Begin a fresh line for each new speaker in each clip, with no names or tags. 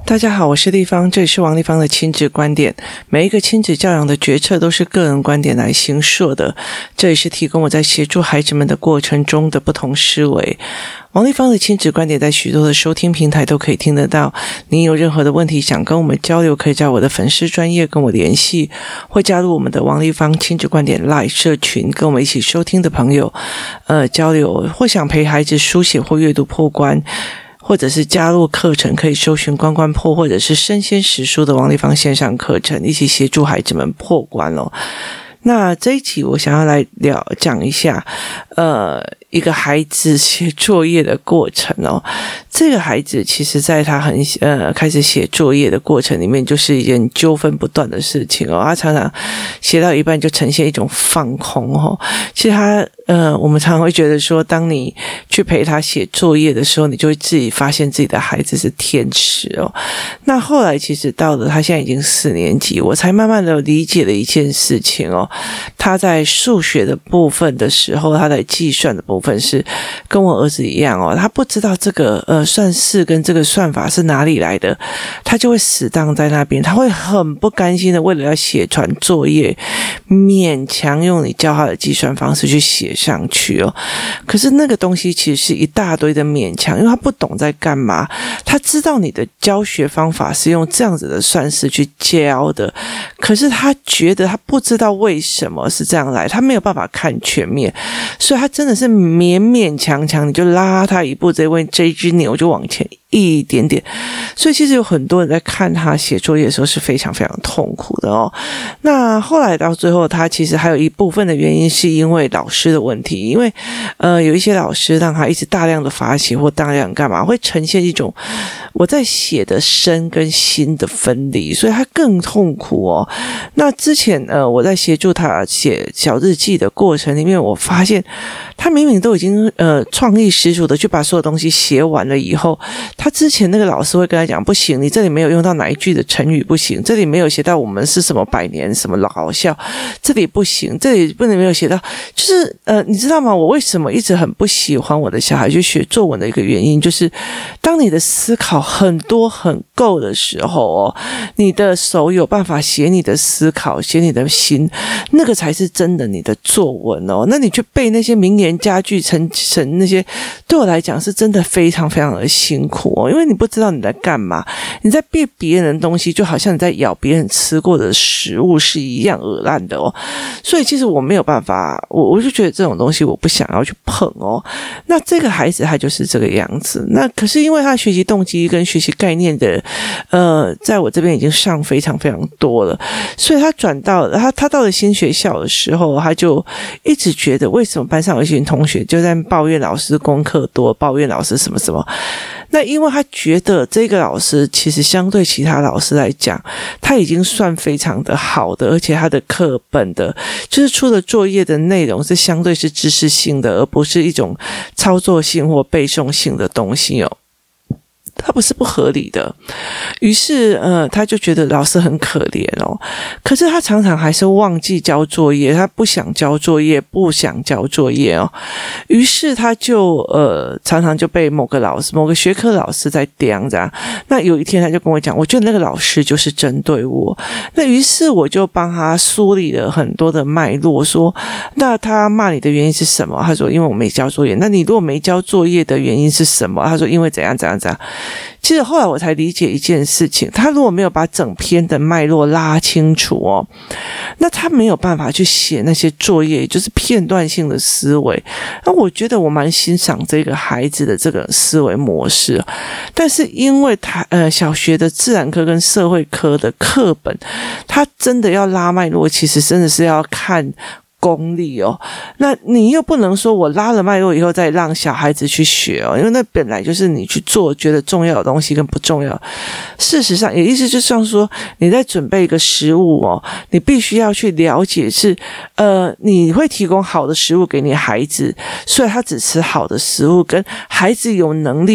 大家好，我是丽芳，这里是王丽芳的亲子观点。每一个亲子教养的决策都是个人观点来形塑的，这也是提供我在协助孩子们的过程中的不同思维。王丽芳的亲子观点在许多的收听平台都可以听得到。你有任何的问题想跟我们交流，可以在我的粉丝专页跟我联系，或加入我们的王丽芳亲子观点 LINE 社群，跟我们一起收听的朋友交流，或想陪孩子书写或阅读破关，或者是加入课程，可以搜寻关关破，或者是生鲜识书的王丽芳线上课程，一起协助孩子们破关哦。那这一期我想要来讲一下一个孩子写作业的过程哦。这个孩子其实在他开始写作业的过程里面，就是一件纠纷不断的事情哦。他常常写到一半就呈现一种放空哦。其实我们常常会觉得说，当你去陪他写作业的时候，你就会自己发现自己的孩子是天使哦。那后来其实到了他现在已经4年级，我才慢慢的理解了一件事情哦。他在数学的部分的时候，他在计算的部分是跟我儿子一样哦，他不知道这个算式跟这个算法是哪里来的，他就会死当在那边，他会很不甘心的为了要写传作业，勉强用你教他的计算方式去写上去哦。可是那个东西其实是一大堆的勉强，因为他不懂在干嘛，他知道你的教学方法是用这样子的算式去教的，可是他觉得他不知道为什么是这样来，他没有办法看全面，所以他真的是勉勉强强，你就拉他一步，这一只牛就往前一点点。所以其实有很多人在看他写作业的时候是非常非常痛苦的哦。那后来到最后，他其实还有一部分的原因是因为老师的问题，因为有一些老师让他一直大量的罚写或大量干嘛，会呈现一种我在写的身跟心的分离，所以他更痛苦哦。那之前我在协助他写小日记的过程里面，我发现他明明都已经创意十足的去把所有东西写完了以后，他之前那个老师会跟他讲，不行，你这里没有用到哪一句的成语不行，这里没有写到我们是什么百年什么老校，这里不行，这里不能没有写到，就是你知道吗？我为什么一直很不喜欢我的小孩去学作文的一个原因，就是当你的思考很多很够的时候哦，你的手有办法写你的思考，写你的心，那个才是真的你的作文哦。那你去背那些名言佳句成那些，对我来讲是真的非常非常的辛苦哦，因为你不知道你在干嘛，你在背别人的东西，就好像你在咬别人吃过的食物是一样恶烂的哦。所以其实我没有办法，我就觉得这种东西我不想要去碰哦。那这个孩子他就是这个样子，那可是因为他学习动机跟学习概念的在我这边已经上非常非常多了，所以他转到他到了新学校的时候，他就一直觉得为什么班上有一群同学就在抱怨老师功课多，抱怨老师什么什么。那因为他觉得这个老师其实相对其他老师来讲，他已经算非常的好的，而且他的课本的就是出的作业的内容是相对是知识性的，而不是一种操作性或背诵性的东西哦。他不是不合理的，于是他就觉得老师很可怜哦。可是他常常还是忘记交作业，他不想交作业，不想交作业哦。于是他就常常就被某个学科老师在刁着。那有一天他就跟我讲，我觉得那个老师就是针对我。那于是我就帮他梳理了很多的脉络，说那他骂你的原因是什么？他说因为我没交作业。那你如果没交作业的原因是什么？他说因为怎样怎样怎样。其实后来我才理解一件事情，他如果没有把整篇的脉络拉清楚哦，那他没有办法去写那些作业，就是片段性的思维。那我觉得我蛮欣赏这个孩子的这个思维模式，但是因为他小学的自然科跟社会科的课本，他真的要拉脉络，其实真的是要看功力哦。那你又不能说我拉了脉络以后再让小孩子去学哦，因为那本来就是你去做觉得重要的东西跟不重要。事实上也意思就像说你在准备一个食物哦，你必须要去了解是你会提供好的食物给你孩子，所以他只吃好的食物，跟孩子有能力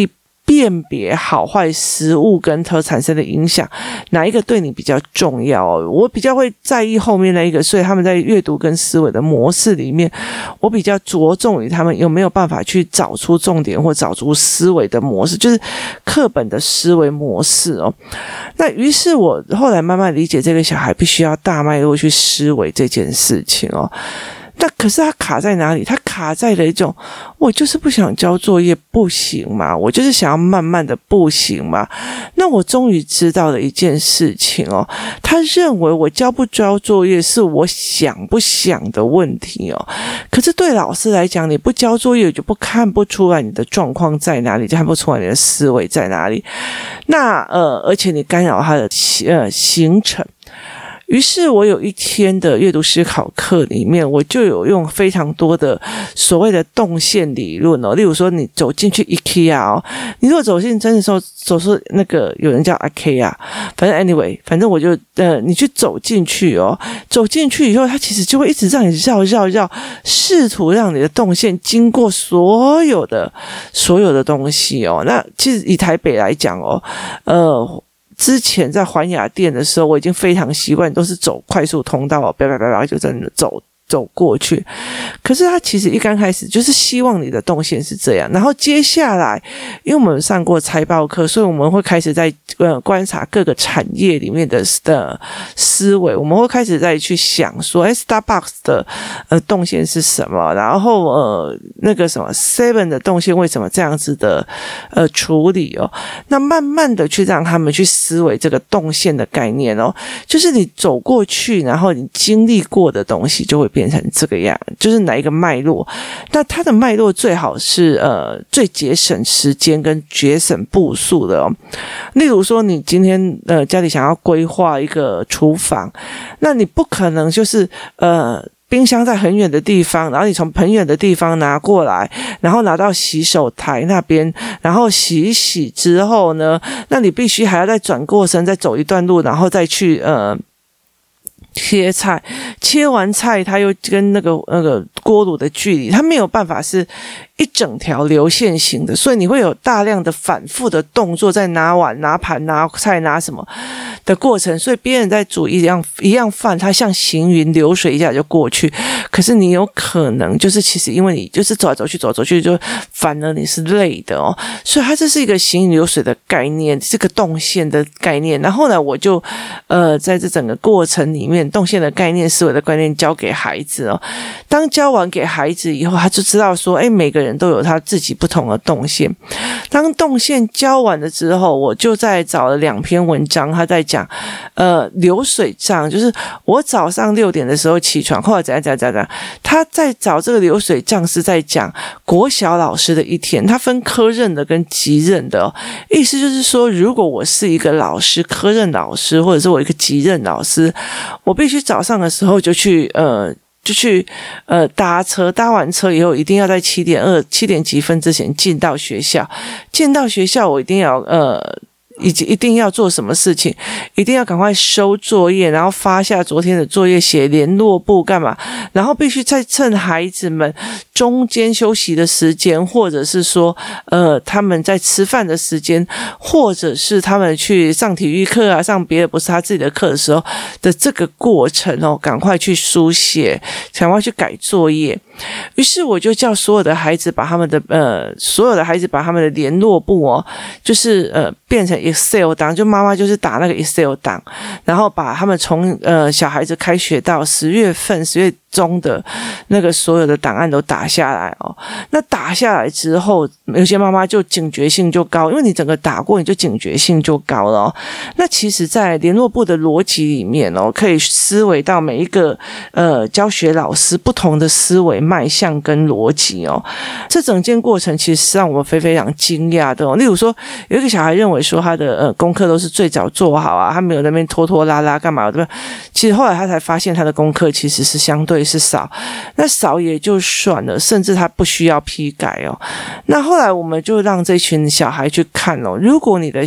辨别好坏食物跟它产生的影响，哪一个对你比较重要哦？我比较会在意后面那一个，所以他们在阅读跟思维的模式里面，我比较着重于他们有没有办法去找出重点或找出思维的模式，就是课本的思维模式哦。那于是我后来慢慢理解，这个小孩必须要大脉络去思维这件事情哦。那可是他卡在哪里？他卡在了一种，我就是不想交作业，不行嘛？我就是想要慢慢的，不行嘛？那我终于知道了一件事情哦，他认为我交不交作业是我想不想的问题哦。可是对老师来讲，你不交作业就不看不出来你的状况在哪里，就看不出来你的思维在哪里。那而且你干扰他的行程。于是我有一天的阅读思考课里面，我就有用非常多的所谓的动线理论哦，例如说你走进去 IKEA 哦，你如果走进真的时候走出那个有人叫 IKEA， 反正 anyway， 反正我就你去走进去哦，走进去以后，它其实就会一直让你绕，试图让你的动线经过所有的东西哦。那其实以台北来讲哦，之前在环亚店的时候，我已经非常习惯都是走快速通道，就真的走过去。可是他其实一刚开始就是希望你的动线是这样，然后接下来因为我们上过财报课，所以我们会开始在观察各个产业里面的思维，我们会开始再去想说Starbucks 的动线是什么，然后那个什么 Seven 的动线为什么这样子的处理哦。那慢慢的去让他们去思维这个动线的概念哦，就是你走过去，然后你经历过的东西就会变成这个样，就是哪一个脉络。那它的脉络最好是最节省时间跟节省步数的哦。例如说你今天家里想要规划一个厨房，那你不可能就是冰箱在很远的地方，然后你从很远的地方拿过来，然后拿到洗手台那边，然后洗一洗之后呢，那你必须还要再转过身，再走一段路，然后再去切菜，切完菜它又跟那个锅炉的距离，它没有办法是一整条流线型的，所以你会有大量的反复的动作，在拿碗、拿盘、拿菜、拿什么的过程，所以别人在煮一样饭，它像行云流水一下就过去，可是你有可能就是其实因为你就是走来走去就反而你是累的哦，所以它这是一个行云流水的概念，这个动线的概念。然后呢，我就在这整个过程里面，动线的概念、思维的概念教给孩子哦。当教完给孩子以后，他就知道说，每个人都有他自己不同的动线。当动线教完了之后，我就再找了2篇文章，他在讲流水账，就是我早上6点的时候起床，后来怎样，他在找这个流水账是在讲国小老师的一天，他分科任的跟级任的哦。意思就是说，如果我是一个老师，科任老师，或者是我一个级任老师，我必须早上的时候就去搭车，搭完车以后一定要在7点几分之前进到学校，我一定要一定要做什么事情，一定要赶快收作业，然后发下昨天的作业，写联络簿干嘛，然后必须再趁孩子们中间休息的时间，或者是说他们在吃饭的时间，或者是他们去上体育课啊，上别的不是他自己的课的时候的这个过程哦，赶快去书写，赶快去改作业。于是我就叫所有的孩子把他们的联络簿哦，就是变成 Excel 档，就妈妈就是打那个 Excel 档，然后把他们从小孩子开学到10月中的那个所有的档案都打下来哦。那打下来之后，有些妈妈就警觉性就高，因为你整个打过，你就警觉性就高了哦。那其实在联络簿的逻辑里面哦，可以思维到每一个教学老师不同的思维脉象跟逻辑哦。这整件过程其实是让我们非常惊讶的哦。例如说，有一个小孩认为说他的功课都是最早做好啊，他没有在那边拖拖拉拉干嘛的。其实后来他才发现他的功课其实是相对是少，那少也就算了，甚至他不需要批改哦。那后来我们就让这群小孩去看哦，如果你的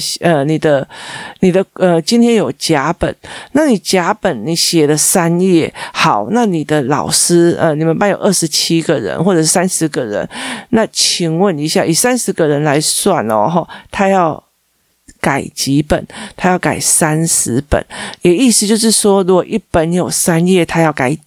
今天有甲本，那你甲本你写了3页，好，那你的老师你们班有27个人或者是30个人，那请问一下，以30个人来算哦，他要改几本？他要改30本，也意思就是说，如果一本有3页，他要改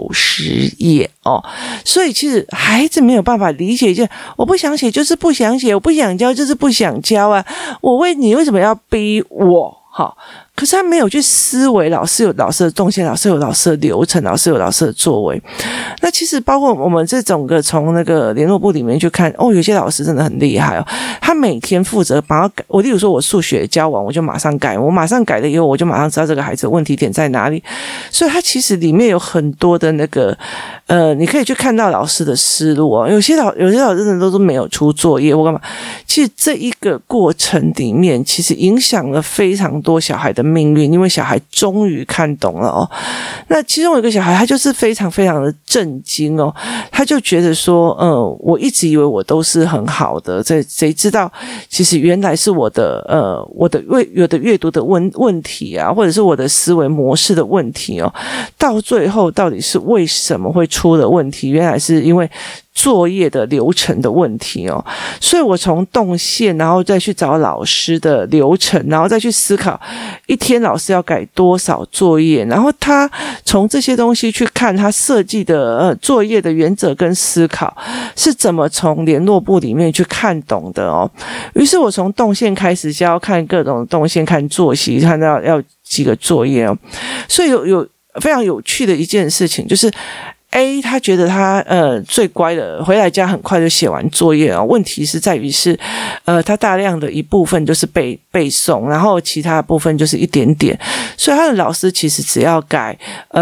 90页哦。所以其实孩子没有办法理解，就我不想写就是不想写，我不想教就是不想教啊，你为什么要逼我？好，可是他没有去思维，老师有老师的动线，老师有老师的流程，老师有老师的作为。那其实包括我们这种个从那个联络部里面去看，有些老师真的很厉害哦，他每天负责把它改。我例如说我数学教完，我就马上改，我马上改了以后，我就马上知道这个孩子的问题点在哪里。所以他其实里面有很多的那个你可以去看到老师的思路哦。有些老师真的都是没有出作业或干嘛。其实这一个过程里面，其实影响了非常多小孩的命运，因为小孩终于看懂了哦。那其中有一个小孩，他就是非常非常的震惊哦，他就觉得说，我一直以为我都是很好的，谁知道其实原来是我的阅读的问题啊，或者是我的思维模式的问题哦。到最后到底是为什么会出了问题？原来是因为作业的流程的问题哦。所以我从动线，然后再去找老师的流程，然后再去思考一天老师要改多少作业，然后他从这些东西去看他设计的作业的原则跟思考是怎么从联络部里面去看懂的哦。于是我从动线开始就要看各种动线，看作息，看到要几个作业哦。所以有非常有趣的一件事情就是。A 他觉得他最乖的，回来家很快就写完作业哦。问题是在于是他大量的一部分就是背诵，然后其他的部分就是一点点，所以他的老师其实只要改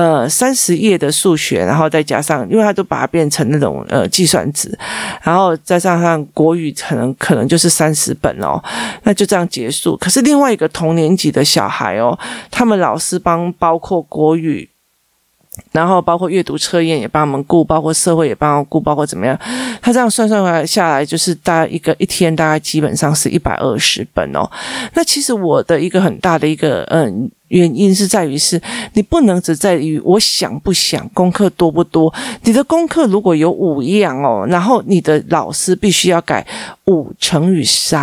30页的数学，然后再加上，因为他都把它变成那种计算纸，然后再上国语可能就是30本哦，那就这样结束。可是另外一个同年级的小孩哦，他们老师包括国语。然后包括阅读测验也帮我们顾，包括社会也帮我们顾，包括怎么样，他这样算下来就是大概一天大概基本上是120本哦。那其实我的一个很大的一个原因是在于是你不能只在于我想不想，功课多不多，你的功课如果有5样哦，然后你的老师必须要改5乘以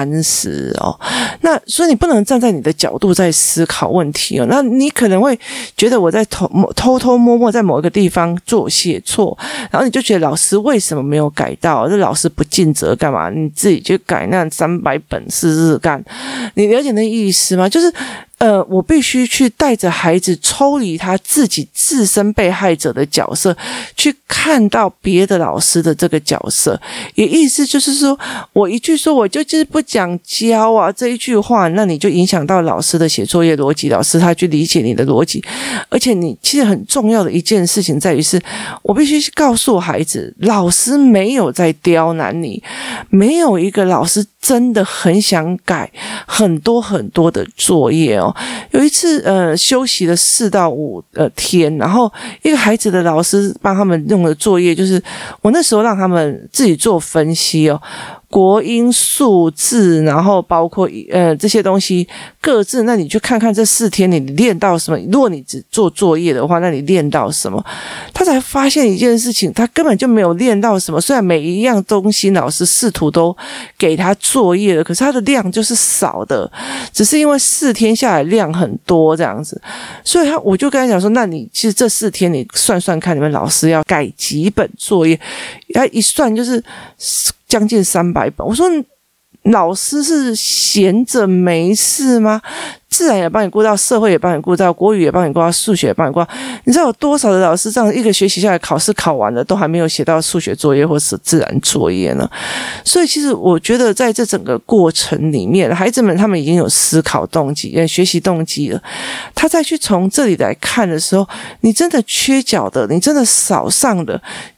30哦，那所以你不能站在你的角度在思考问题哦，那你可能会觉得我在偷偷摸摸在某一个地方写错，然后你就觉得老师为什么没有改到，这老师不尽责干嘛，你自己去改那300本试试看，你了解那意思吗？就是我必须去带着孩子抽离他自己自身被害者的角色，去看到别的老师的这个角色。也意思就是说，我一句说我就是不讲教啊这一句话，那你就影响到老师的写作业逻辑，老师他去理解你的逻辑。而且你其实很重要的一件事情在于是，我必须告诉孩子，老师没有在刁难你，没有一个老师真的很想改很多很多的作业哦。有一次休息了4到5天，然后一个孩子的老师帮他们用的作业就是我那时候让他们自己做分析哦，国音数字，然后包括这些东西各自，那你去看看这4天你练到什么。如果你只做作业的话，那你练到什么？他才发现一件事情，他根本就没有练到什么。虽然每一样东西老师试图都给他作业了，可是他的量就是少的，只是因为4天下来量很多这样子。所以我就跟他讲说，那你其实这4天你算算看，你们老师要改几本作业，他一算就是将近300本。我说老师是闲着没事吗？自然也帮你顾到，社会也帮你顾到，国语也帮你顾到，数学也帮你顾到。你知道有多少的老师这样一个学期下来，考试考完了都还没有写到数学作业或是自然作业呢？所以其实我觉得在这整个过程里面，孩子们他们已经有思考动机、学习动机了。他再去从这里来看的时候，你真的缺角的，你真的少上的，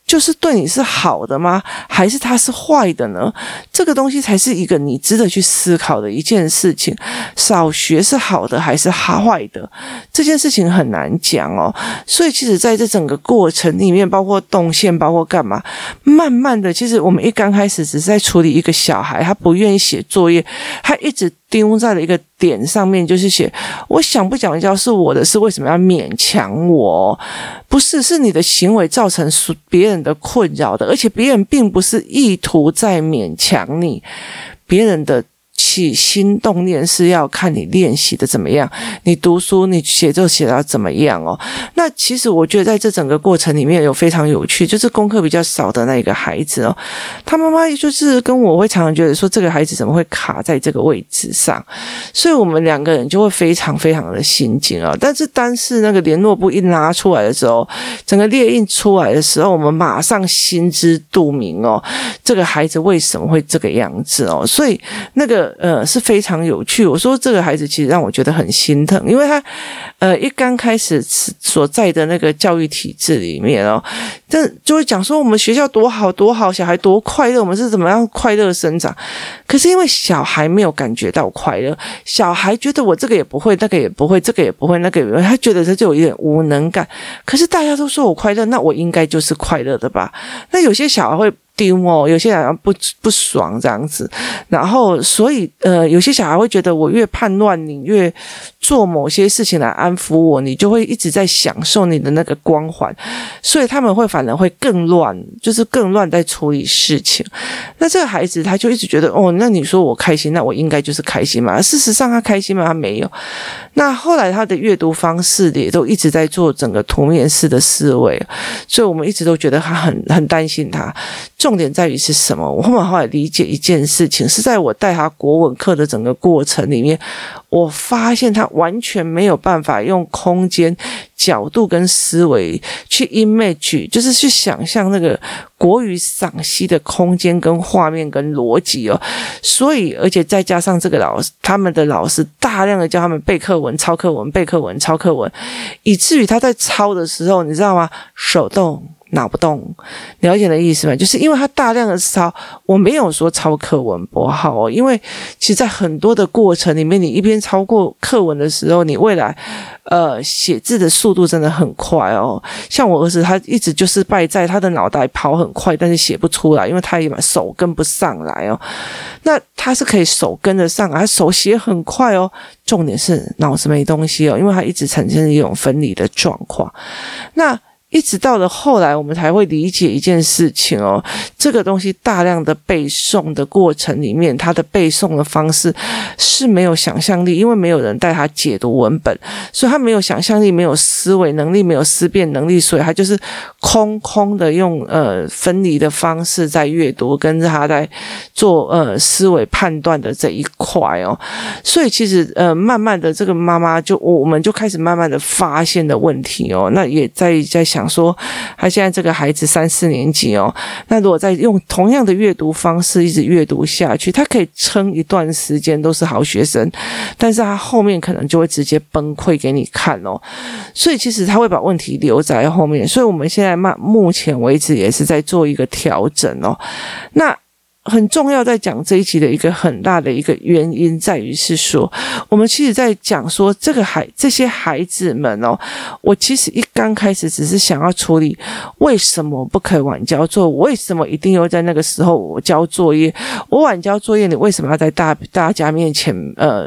就是对你是好的吗？还是他是坏的呢？这个东西才是一个你值得去思考的一件事情。少学是好的还是坏的？这件事情很难讲哦。所以其实在这整个过程里面，包括动线，包括干嘛，慢慢的，其实我们一刚开始只是在处理一个小孩，他不愿意写作业，他一直丢在了一个点上面，就是写我想不讲教是我的事，为什么要勉强我？不是，是你的行为造成别人的困扰的，而且别人并不是意图在勉强你，别人的起心动念是要看你练习的怎么样，你读书你写作写到怎么样哦。那其实我觉得在这整个过程里面有非常有趣，就是功课比较少的那一个孩子哦，他妈妈就是跟我会常常觉得说这个孩子怎么会卡在这个位置上，所以我们两个人就会非常非常的心惊啊。但是单是那个联络簿一拿出来的时候，整个列印出来的时候，我们马上心知肚明哦，这个孩子为什么会这个样子哦。所以那个是非常有趣。我说这个孩子其实让我觉得很心疼，因为他一刚开始所在的那个教育体制里面哦，这就会讲说我们学校多好多好，小孩多快乐，我们是怎么样快乐生长。可是因为小孩没有感觉到快乐，小孩觉得我这个也不会，那个也不会，这个也不会，那个也不会，他觉得他就有一点无能感。可是大家都说我快乐，那我应该就是快乐的吧？那有些小孩会丢哦，有些小孩不爽这样子，然后所以有些小孩会觉得我越叛乱，你越做某些事情来安抚我，你就会一直在享受你的那个光环，所以他们会反而会更乱，就是更乱在处理事情。那这个孩子他就一直觉得哦，那你说我开心，那我应该就是开心嘛？事实上他开心吗？他没有。那后来他的阅读方式也都一直在做整个图面式的思维，所以我们一直都觉得他很担心他。重点在于是什么？我后来理解一件事情，是在我带他国文课的整个过程里面，我发现他完全没有办法用空间、角度跟思维去 image， 就是去想象那个国语赏析的空间跟画面跟逻辑哦。所以，而且再加上这个他们的老师大量的教他们背课文、抄课文、背课文、抄课文，以至于他在抄的时候，你知道吗？手动。脑不动，了解的意思吗？就是因为他大量的抄，我没有说抄课文不好哦，因为其实在很多的过程里面，你一边抄过课文的时候，你未来写字的速度真的很快哦。像我儿子他一直就是败在他的脑袋跑很快，但是写不出来，因为他也手跟不上来哦。那他是可以手跟得上来，他手写很快哦，重点是脑子没东西哦，因为他一直呈现一种分离的状况。那一直到了后来，我们才会理解一件事情哦，这个东西大量的背诵的过程里面，他的背诵的方式是没有想象力，因为没有人带他解读文本，所以他没有想象力，没有思维能力，没有思辨能力，所以他就是空的用分离的方式在阅读，跟他在做思维判断的这一块哦。所以其实慢慢的这个妈妈我们就开始慢慢的发现的问题哦，那也在想说他现在这个孩子3、4年级哦，那如果再用同样的阅读方式一直阅读下去，他可以撑一段时间都是好学生，但是他后面可能就会直接崩溃给你看哦。所以其实他会把问题留在后面，所以我们现在目前为止也是在做一个调整哦。那很重要在讲这一集的一个很大的一个原因在于是说，我们其实在讲说这些孩子们哦，我其实一刚开始只是想要处理为什么不可以晚交作业，为什么一定要在那个时候我交作业，我晚交作业你为什么要在大家面前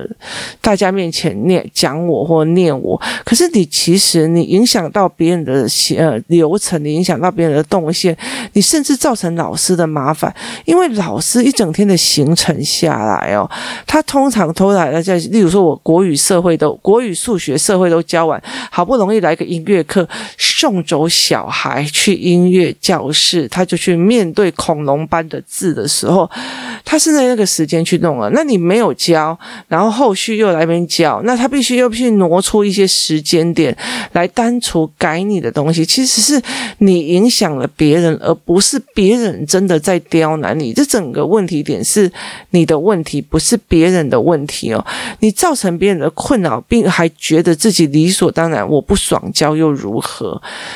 讲我或念我？可是其实你影响到别人的流程，你影响到别人的动线，你甚至造成老师的麻烦，因为老师一整天的行程下来哦，他通常都来了，例如说我国语、数学、社会都教完，好不容易来个音乐课，送走小孩去音乐教室，他就去面对恐龙般的字的时候，他是在那个时间去弄了。那你没有教，然后后续又来边教，那他必须挪出一些时间点来单纯改你的东西，其实是你影响了别人，而不是别人真的在刁难你。这整个问题点是你的问题，不是别人的问题哦。你造成别人的困扰，并还觉得自己理所当然，我不爽教又如何？那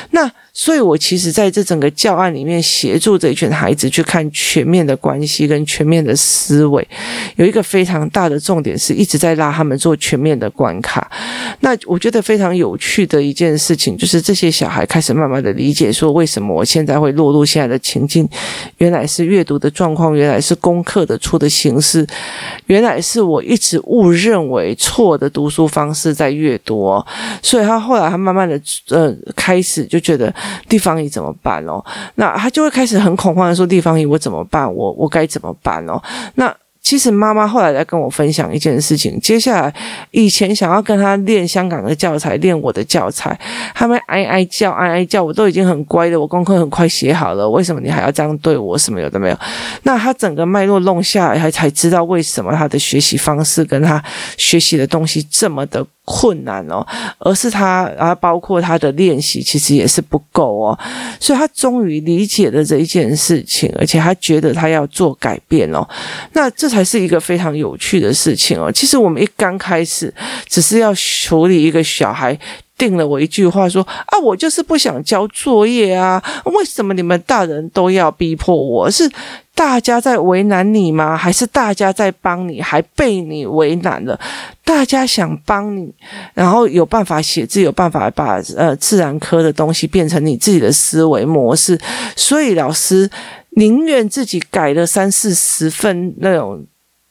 所以我其实在这整个教案里面协助这一群孩子去看全面的关系跟全面的思维，有一个非常大的重点是一直在拉他们做全面的关卡。那我觉得非常有趣的一件事情就是这些小孩开始慢慢的理解说为什么我现在会落入现在的情境，原来是阅读的状况，原来是功课的出的形式，原来是我一直误认为错的读书方式在阅读哦。所以他后来他慢慢的开始就觉得地方姨怎么办哦？那他就会开始很恐慌的说地方姨我怎么办？我该怎么办哦？那其实妈妈后来来跟我分享一件事情，接下来以前想要跟他练香港的教材，练我的教材，他们哀哀叫，我都已经很乖了，我功课很快写好了，为什么你还要这样对我？什么有的没有？那他整个脉络弄下来，才知道为什么他的学习方式跟他学习的东西这么的困难哦，而是他包括他的练习其实也是不够哦，所以他终于理解了这一件事情，而且他觉得他要做改变哦，那这才是一个非常有趣的事情哦。其实我们一刚开始只是要处理一个小孩定了我一句话说啊，我就是不想交作业啊，为什么你们大人都要逼迫我？是大家在为难你吗？还是大家在帮你，还被你为难了？大家想帮你，然后有办法写字，有办法把自然科的东西变成你自己的思维模式，所以老师宁愿自己改了30-40份那种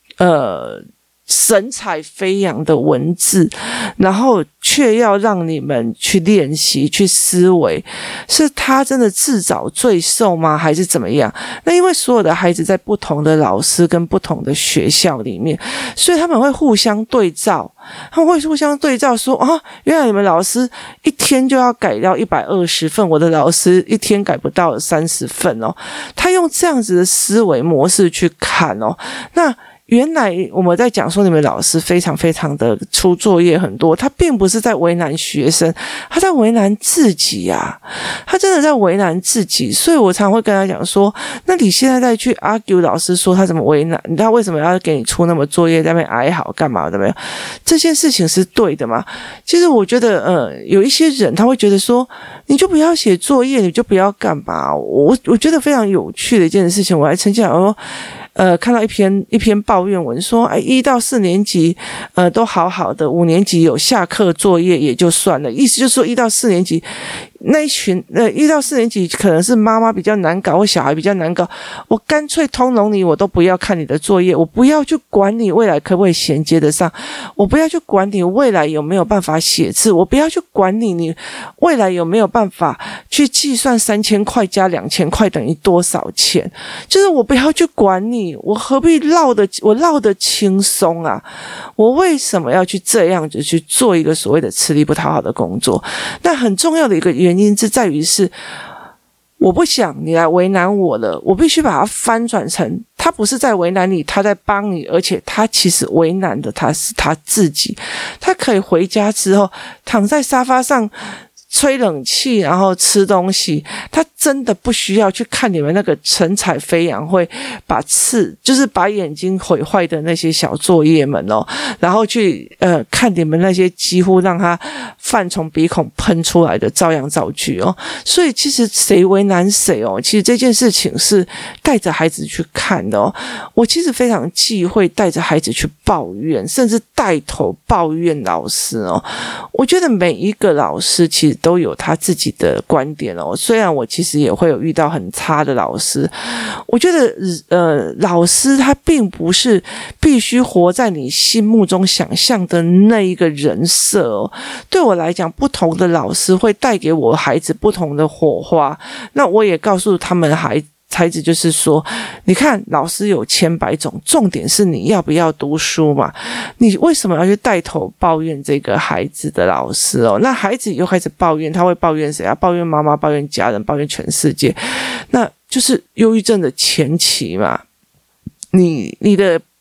神采飞扬的文字，然后却要让你们去练习去思维，是他真的自找罪受吗？还是怎么样？那因为所有的孩子在不同的老师跟不同的学校里面，所以他们会互相对照，说啊，原来你们老师一天就要改掉120份，我的老师一天改不到30份哦。他用这样子的思维模式去看哦，那原来我们在讲说你们老师非常非常的出作业很多，他并不是在为难学生，他在为难自己啊，他真的在为难自己。所以我常会跟他讲说，那你现在再去 argue 老师说他怎么为难，你知道为什么要给你出那么作业在那边哀嚎干嘛的没有？这件事情是对的吗？其实我觉得有一些人他会觉得说你就不要写作业，你就不要干嘛。我觉得非常有趣的一件事情，我还曾经说看到一篇抱怨文说1到4年级都好好的，5年级有下课作业也就算了，意思就是说1到4年级那一群1到4年级可能是妈妈比较难搞或小孩比较难搞，我干脆通融你，我都不要看你的作业，我不要去管你未来可不可以衔接得上，我不要去管你未来有没有办法写字，我不要去管你未来有没有办法去计算3000块加2000块等于多少钱，就是我不要去管你，我何必绕得轻松啊？我为什么要去这样子去做一个所谓的吃力不讨好的工作？那很重要的一个原因是在于是我不想你来为难我了，我必须把它翻转成他不是在为难你，他在帮你，而且他其实为难的他是他自己，他可以回家之后躺在沙发上吹冷气然后吃东西，他真的不需要去看你们那个神采飞扬会就是把眼睛毁坏的那些小作业们哦，然后去看你们那些几乎让他饭从鼻孔喷出来的照样造句哦。所以其实谁为难谁哦，其实这件事情是带着孩子去看的哦。我其实非常忌讳带着孩子去抱怨，甚至带头抱怨老师哦。我觉得每一个老师其实都有他自己的观点哦，虽然我其实也会有遇到很差的老师，我觉得老师他并不是必须活在你心目中想象的那一个人设哦。对我来讲，不同的老师会带给我孩子不同的火花，那我也告诉他们孩子就是说，你看老师有千百种，重点是你要不要读书嘛？你为什么要去带头抱怨这个孩子的老师哦？那孩子又开始抱怨，他会抱怨谁啊？抱怨妈妈，抱怨家人，抱怨全世界，那就是忧郁症的前期嘛。你的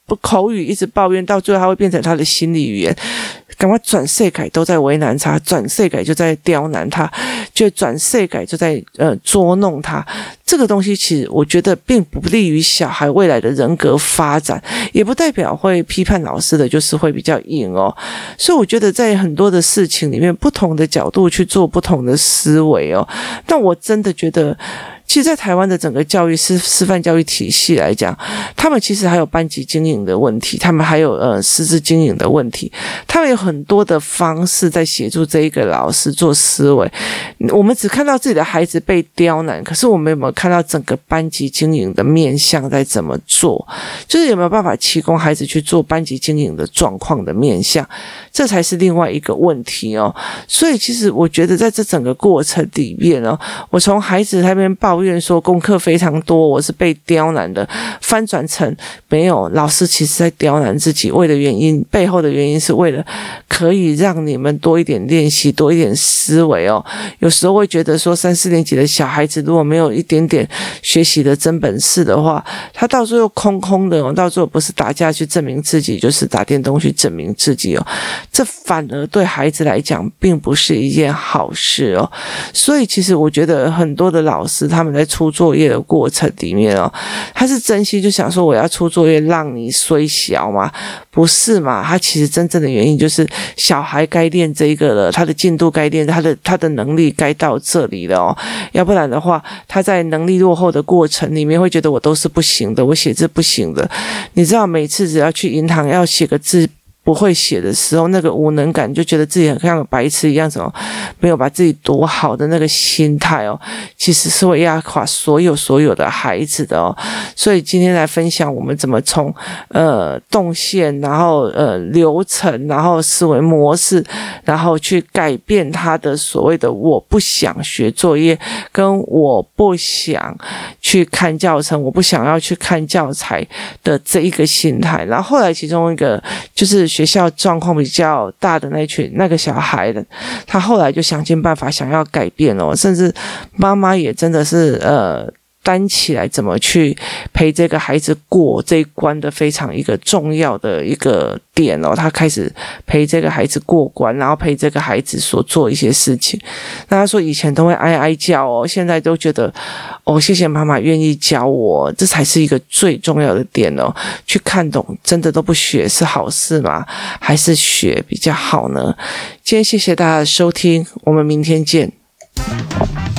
口语一直抱怨，到最后他会变成他的心理语言。赶快转世界都在为难他，转世界就在刁难他，就转世界就在捉弄他。这个东西其实我觉得并不利于小孩未来的人格发展，也不代表会批判老师的就是会比较硬哦。所以我觉得在很多的事情里面，不同的角度去做不同的思维哦。但我真的觉得，其实在台湾的整个教育师范教育体系来讲，他们其实还有班级经营的问题，他们还有师资经营的问题，他们有很多的方式在协助这一个老师做思维。我们只看到自己的孩子被刁难，可是我们有没有看到整个班级经营的面向在怎么做？就是有没有办法提供孩子去做班级经营的状况的面向？这才是另外一个问题哦。所以其实我觉得在这整个过程里面哦，我从孩子那边抱怨说功课非常多，我是被刁难的，翻转成没有，老师其实在刁难自己，为的原因背后的原因是为了可以让你们多一点练习，多一点思维哦。有时候会觉得说3、4年级的小孩子如果没有一点点学习的真本事的话，他到最后空空的哦，到最后不是打架去证明自己，就是打电动去证明自己哦。这反而对孩子来讲并不是一件好事哦。所以其实我觉得很多的老师他们在出作业的过程里面哦，他是真心就想说我要出作业让你衰小嘛，不是嘛？他其实真正的原因就是小孩该练这个了，他的进度该练，他的能力该到这里了哦。要不然的话，他在能力落后的过程里面会觉得我都是不行的，我写字不行的。你知道每次只要去银行要写个字不会写的时候，那个无能感，就觉得自己很像个白痴一样，什么没有把自己读好的那个心态哦，其实是会压垮所有的孩子的哦。所以今天来分享我们怎么从动线，然后流程，然后思维模式，然后去改变他的所谓的我不想学作业，跟我不想去看教程，我不想要去看教材的这一个心态。然后后来其中一个就是学校状况比较大的那个小孩的，他后来就想尽办法想要改变哦，甚至妈妈也真的是担起来怎么去陪这个孩子过这一关的非常一个重要的一个点哦，他开始陪这个孩子过关，然后陪这个孩子所做一些事情。那他说以前都会哀哀叫哦，现在都觉得哦，谢谢妈妈愿意教我，这才是一个最重要的点哦。去看懂，真的都不学是好事吗？还是学比较好呢？今天谢谢大家的收听，我们明天见。